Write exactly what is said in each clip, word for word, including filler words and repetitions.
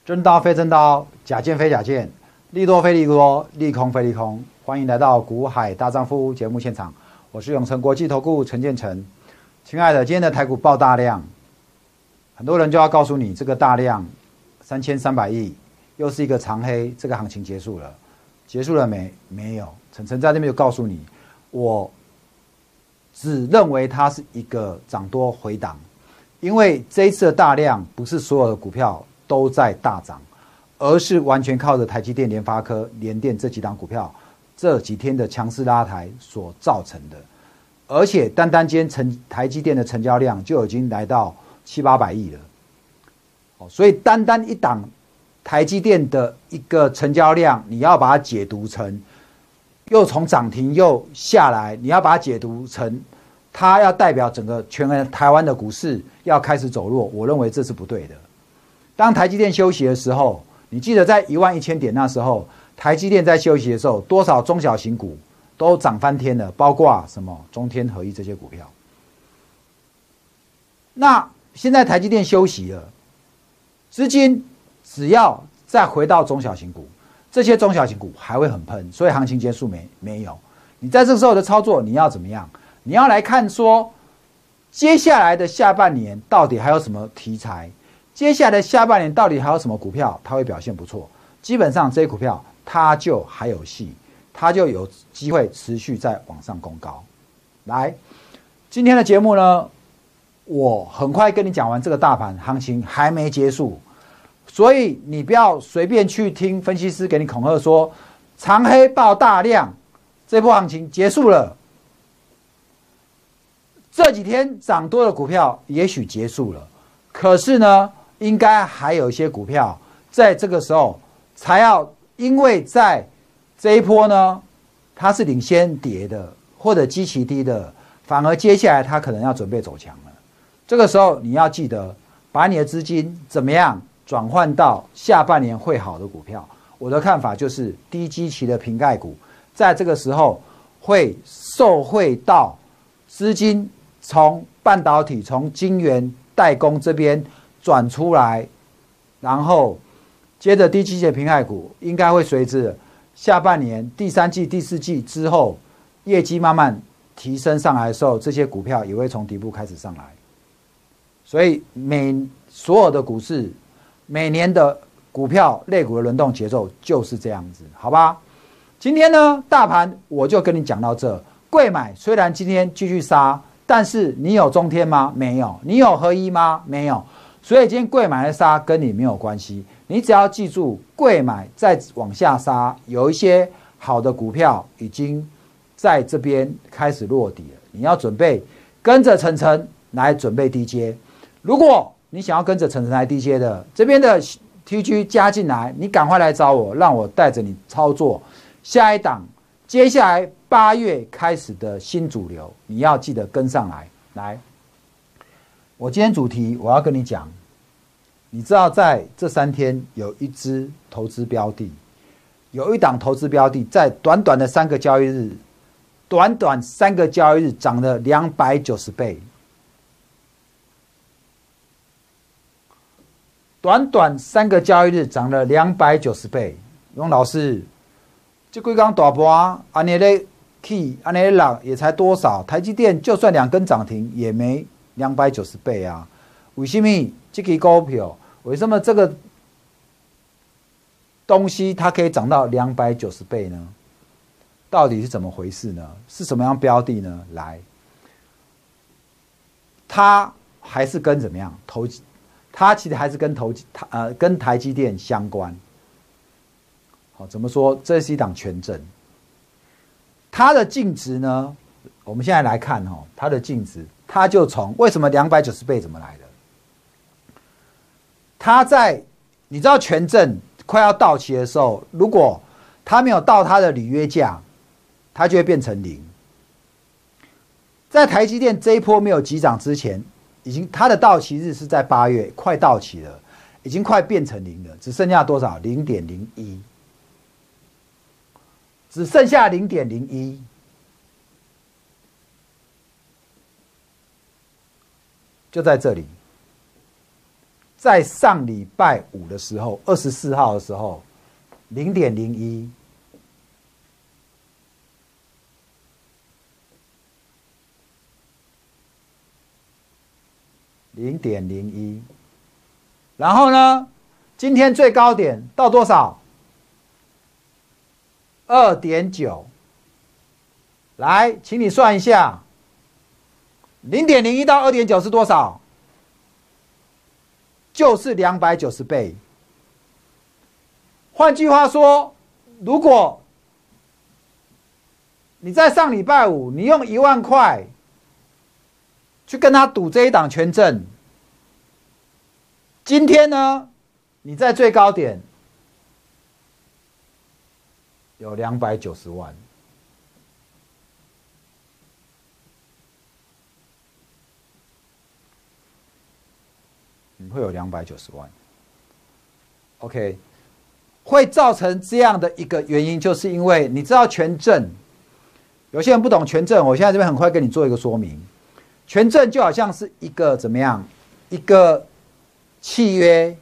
真刀非真刀，假剑非假剑，利多非利多，利空非利空。欢迎来到股海大丈夫节目现场，我是永诚国际投顾陈建成。亲爱的，今天的台股爆大量，很多人就要告诉你，这个大量三千三百亿，又是一个长黑，这个行情结束了，结束了没？没有。陈晨在这边就告诉你，我只认为它是一个涨多回档，因为这一次的大量不是所有的股票都在大涨，而是完全靠着台积电、联发科、联电这几档股票这几天的强势拉抬所造成的。而且单单今天成台积电的成交量就已经来到七八百亿了，所以单单一档台积电的一个成交量，你要把它解读成又从涨停又下来，你要把它解读成它要代表整个全台湾的股市要开始走弱，我认为这是不对的。当台积电休息的时候，你记得在一万一千点那时候，台积电在休息的时候，多少中小型股都涨翻天了，包括什么中天合一这些股票。那现在台积电休息了，资金只要再回到中小型股，这些中小型股还会很喷，所以行情结束没？没有。你在这时候的操作，你要怎么样？你要来看说，接下来的下半年到底还有什么题材？接下来的下半年到底还有什么股票它会表现不错？基本上这些股票它就还有戏，它就有机会持续在往上攻高。来，今天的节目呢，我很快跟你讲完这个大盘行情还没结束，所以你不要随便去听分析师给你恐吓说长黑爆大量，这波行情结束了。这几天涨多的股票也许结束了，可是呢，应该还有一些股票在这个时候才要，因为在这一波呢，它是领先跌的或者基期低的，反而接下来它可能要准备走强了。这个时候你要记得把你的资金怎么样转换到下半年会好的股票。我的看法就是低基期的瓶盖股在这个时候会受惠到资金从半导体、从晶圆代工这边转出来，然后接着低基期的瓶盖股应该会随着下半年第三季、第四季之后业绩慢慢提升上来的时候，这些股票也会从底部开始上来。所以每所有的股市每年的股票类股的轮动节奏就是这样子，好吧？今天呢，大盘我就跟你讲到这。贵买虽然今天继续杀，但是你有中天吗？没有。你有合一吗？没有。所以今天贵买的杀跟你没有关系，你只要记住，贵买再往下杀，有一些好的股票已经在这边开始落底了，你要准备跟着晨晨来准备低阶。如果你想要跟着晨晨来低阶的，这边的 T G 加进来，你赶快来找我，让我带着你操作下一档，接下来八月开始的新主流，你要记得跟上来。来，我今天主题我要跟你讲，你知道在这三天有一支投资标的，有一档投资标的在短短的三个交易日，短短三个交易日涨了两百九十倍。短短三个交易日涨了两百九十倍，永老师，这几天大盘安尼咧起，安尼咧落也才多少？台积电就算两根涨停也没两百九十倍啊！为什么这个股票，为什么这个东西它可以涨到两百九十倍呢？到底是怎么回事呢？是什么样标的呢？来，它还是跟怎么样投？它其实还是跟投呃跟台积电相关。好，怎么说？这是一档权证。它的净值呢？我们现在来看哦，它的净值，它就从为什么两百九十倍怎么来的？它在你知道权证快要到期的时候，如果它没有到它的履约价，它就会变成零。在台积电这一波没有急涨之前，已经它的到期日是在八月，快到期了，已经快变成零了，只剩下多少？零点零一，只剩下零点零一。就在这里， 在上礼拜五的时候，二十四号的时候，零点零一，零点零一，然后呢，今天最高点到多少？二点九。来，请你算一下，零点零一到二点九是多少？就是两百九十倍。换句话说，如果你在上礼拜五，你用一万块去跟他赌这一档权证，今天呢，你在最高点有两百九十万。你会有两百九十万 ，OK， 会造成这样的一个原因，就是因为你知道权证，有些人不懂权证，我现在这边很快跟你做一个说明。权证就好像是一个怎么样，一个契约。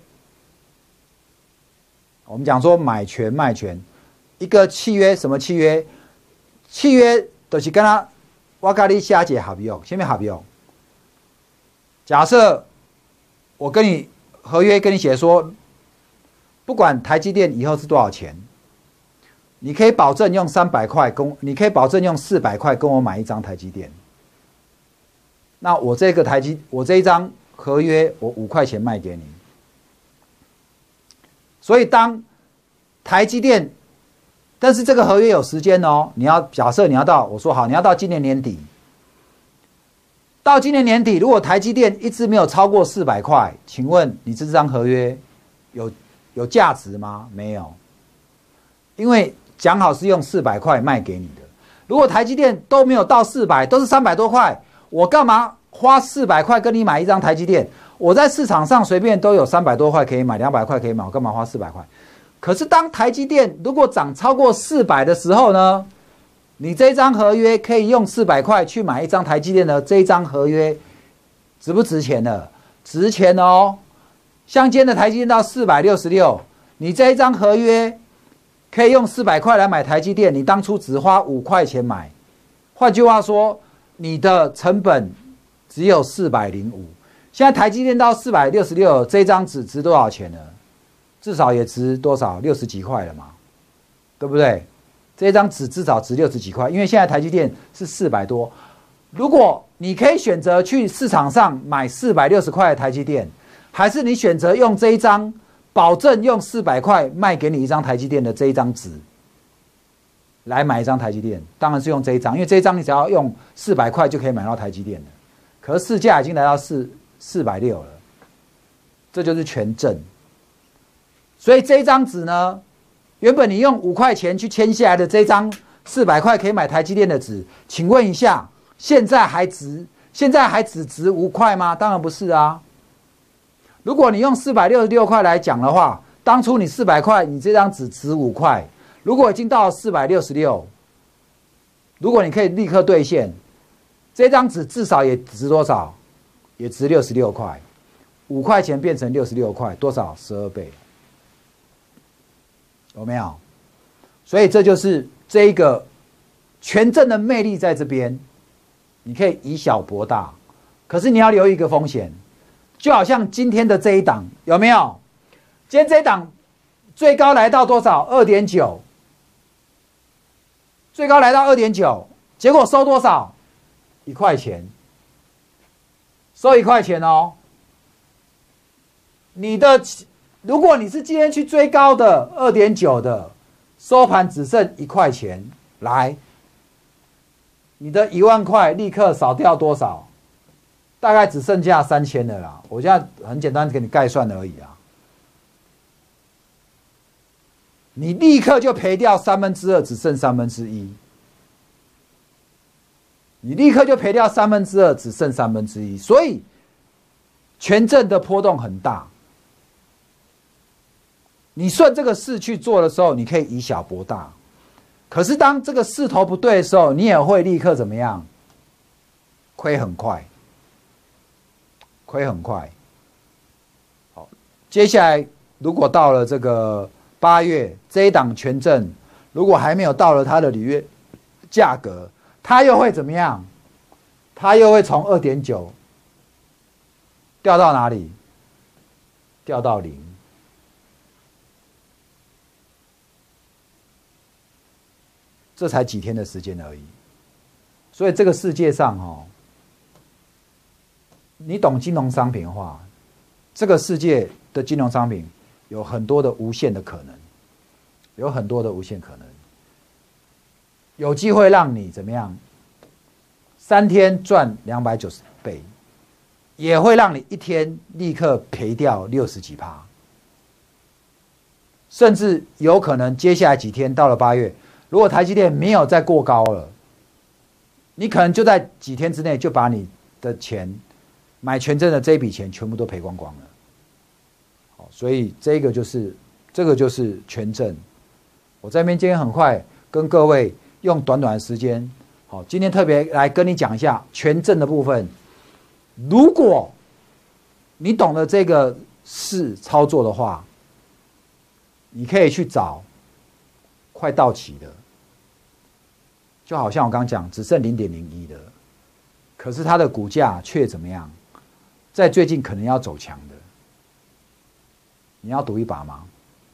我们讲说买权卖权，一个契约，什么契约？契约就是跟他我跟你写一个合约，什么合约？假设我跟你合约跟你写说，不管台积电以后是多少钱，你可以保证用三百块跟，你可以保证用四百块跟我买一张台积电。那我这个台积，我这一张合约，我五块钱卖给你。所以当台积电，但是这个合约有时间哦，你要假设你要到，我说好，你要到今年年底。到今年年底，如果台积电一直没有超过四百块，请问你这张合约有有价值吗？没有，因为讲好是用四百块卖给你的。如果台积电都没有到四百，都是三百多块，我干嘛花四百块跟你买一张台积电？我在市场上随便都有三百多块可以买，两百块可以买，我干嘛花四百块？可是当台积电如果涨超过四百的时候呢？你这张合约可以用四百块去买一张台积电的这一张合约，值不值钱呢？值钱哦。像今天的台积电到四百六十六，你这一张合约可以用四百块来买台积电，你当初只花五块钱买，换句话说，你的成本只有四百零五。现在台积电到四百六十六，这张纸值多少钱呢？至少也值多少？六十几块了嘛，对不对？这张纸至少值六十几块，因为现在台积电是四百多。如果你可以选择去市场上买四百六十块的台积电，还是你选择用这一张保证用四百块卖给你一张台积电的这一张纸来买一张台积电，当然是用这一张，因为这一张你只要用四百块就可以买到台积电了。可是市价已经来到四四百六了，这就是权证。所以这一张纸呢？原本你用五块钱去签下来的这张四百块可以买台积电的纸，请问一下，现在还值？现在还只值五块吗？当然不是啊。如果你用四百六十六块来讲的话，当初你四百块，你这张纸值五块。如果已经到了四百六十六，如果你可以立刻兑现，这张纸至少也值多少？也值六十六块。五块钱变成六十六块，多少？十二倍。有没有？所以这就是这一个权证的魅力在这边，你可以以小博大，可是你要留意一个风险，就好像今天的这一档有没有？今天这一档最高来到多少？ 二点九， 最高来到 二点九， 结果收多少？一块钱，收一块钱哦。你的如果你是今天去追高的 二点九 的，收盘只剩一块钱，来，你的一万块立刻少掉多少？大概只剩下三千了啦。我现在很简单给你概算而已啊。你立刻就赔掉三分之二，只剩三分之一。你立刻就赔掉三分之二，只剩三分之一。所以权证的波动很大。你顺这个势去做的时候，你可以以小博大。可是当这个势头不对的时候，你也会立刻怎么样？亏很快，亏很快。好， 接下来如果到了这个八月，这一档权证如果还没有到了它的履约价格，它又会怎么样？它又会从 二点九 掉到哪里？掉到零。这才几天的时间而已。所以这个世界上哦，你懂金融商品的话，这个世界的金融商品有很多的无限的可能，有很多的无限可能，有机会让你怎么样？三天赚两百九十倍，也会让你一天立刻赔掉六十几趴，甚至有可能接下来几天到了八月，如果台积电没有再过高了，你可能就在几天之内就把你的钱买权证的这一笔钱全部都赔光光了。好，所以这个就是这个就是权证。我在这边今天很快跟各位用短短的时间，好，今天特别来跟你讲一下权证的部分。如果你懂得这个事操作的话，你可以去找快到期的，就好像我刚刚讲只剩 零点零一 的，可是它的股价却怎么样？在最近可能要走强的，你要赌一把吗？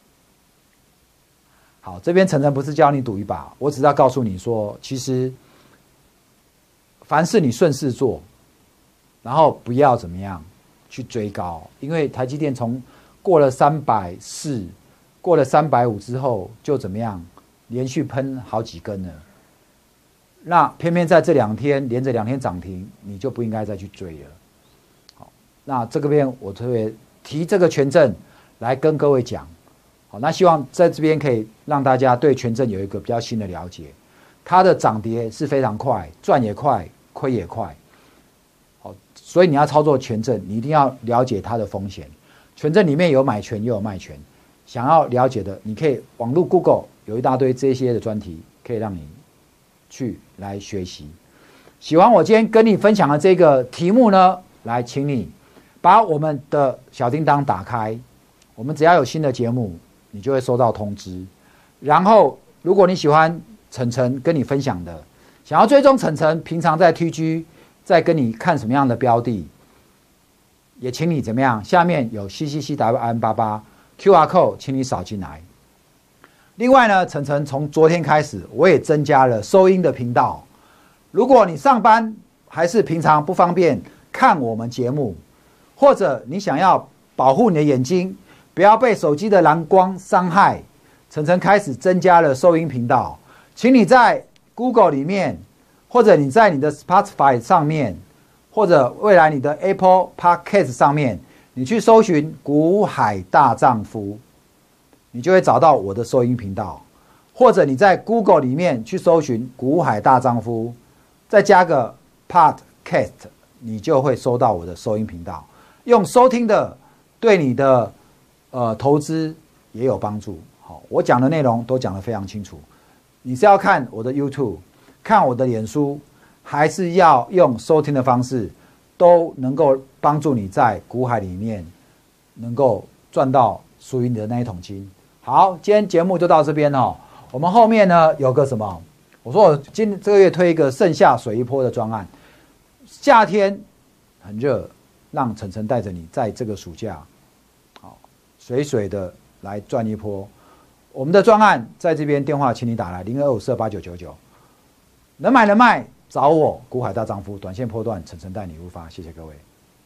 好，这边晨晨不是教你赌一把，我只是要告诉你说，其实凡是你顺势做，然后不要怎么样去追高，因为台积电从过了三百四，过了三百五之后就怎么样，连续喷好几根了。那偏偏在这两天连着两天涨停，你就不应该再去追了。好，那这个边我特别提这个权证来跟各位讲。好，那希望在这边可以让大家对权证有一个比较新的了解。它的涨跌是非常快，赚也快，亏也快。好，所以你要操作权证，你一定要了解它的风险。权证里面有买权也有卖权，想要了解的，你可以网络 Google 有一大堆这些的专题，可以让你去来学习。喜欢我今天跟你分享的这个题目呢，来，请你把我们的小叮当打开，我们只要有新的节目，你就会收到通知。然后，如果你喜欢晨晨跟你分享的，想要追踪晨晨平常在 T G 在跟你看什么样的标的，也请你怎么样？下面有 C C C W N 八八 Q R code， 请你扫进来。另外呢，晨晨从昨天开始，我也增加了收音的频道。如果你上班还是平常不方便看我们节目，或者你想要保护你的眼睛，不要被手机的蓝光伤害，晨晨开始增加了收音频道。请你在 Google 里面，或者你在你的 Spotify 上面，或者未来你的 Apple Podcast 上面，你去搜寻股海大丈夫，你就会找到我的收音频道。或者你在 Google 里面去搜寻股海大丈夫，再加个 Podcast， 你就会收到我的收音频道。用收听的对你的呃投资也有帮助。好，我讲的内容都讲得非常清楚。你是要看我的 YouTube， 看我的脸书，还是要用收听的方式，都能够帮助你在股海里面能够赚到属于你的那一桶金。好，今天节目就到这边哦。我们后面呢有个什么？我说我今这个月推一个盛夏水一波的专案，夏天很热，让晨晨带着你在这个暑假，好水水的来赚一波。我们的专案在这边，电话请你打来零二五四八九九九，能买能卖找我股海大丈夫，短线波段晨晨带你入发，谢谢各位。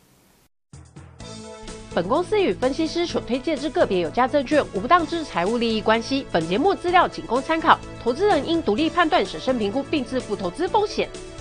本公司与分析师所推荐之个别有价证券无不当之财务利益关系。本节目资料仅供参考，投资人应独立判断、审慎评估并自负投资风险。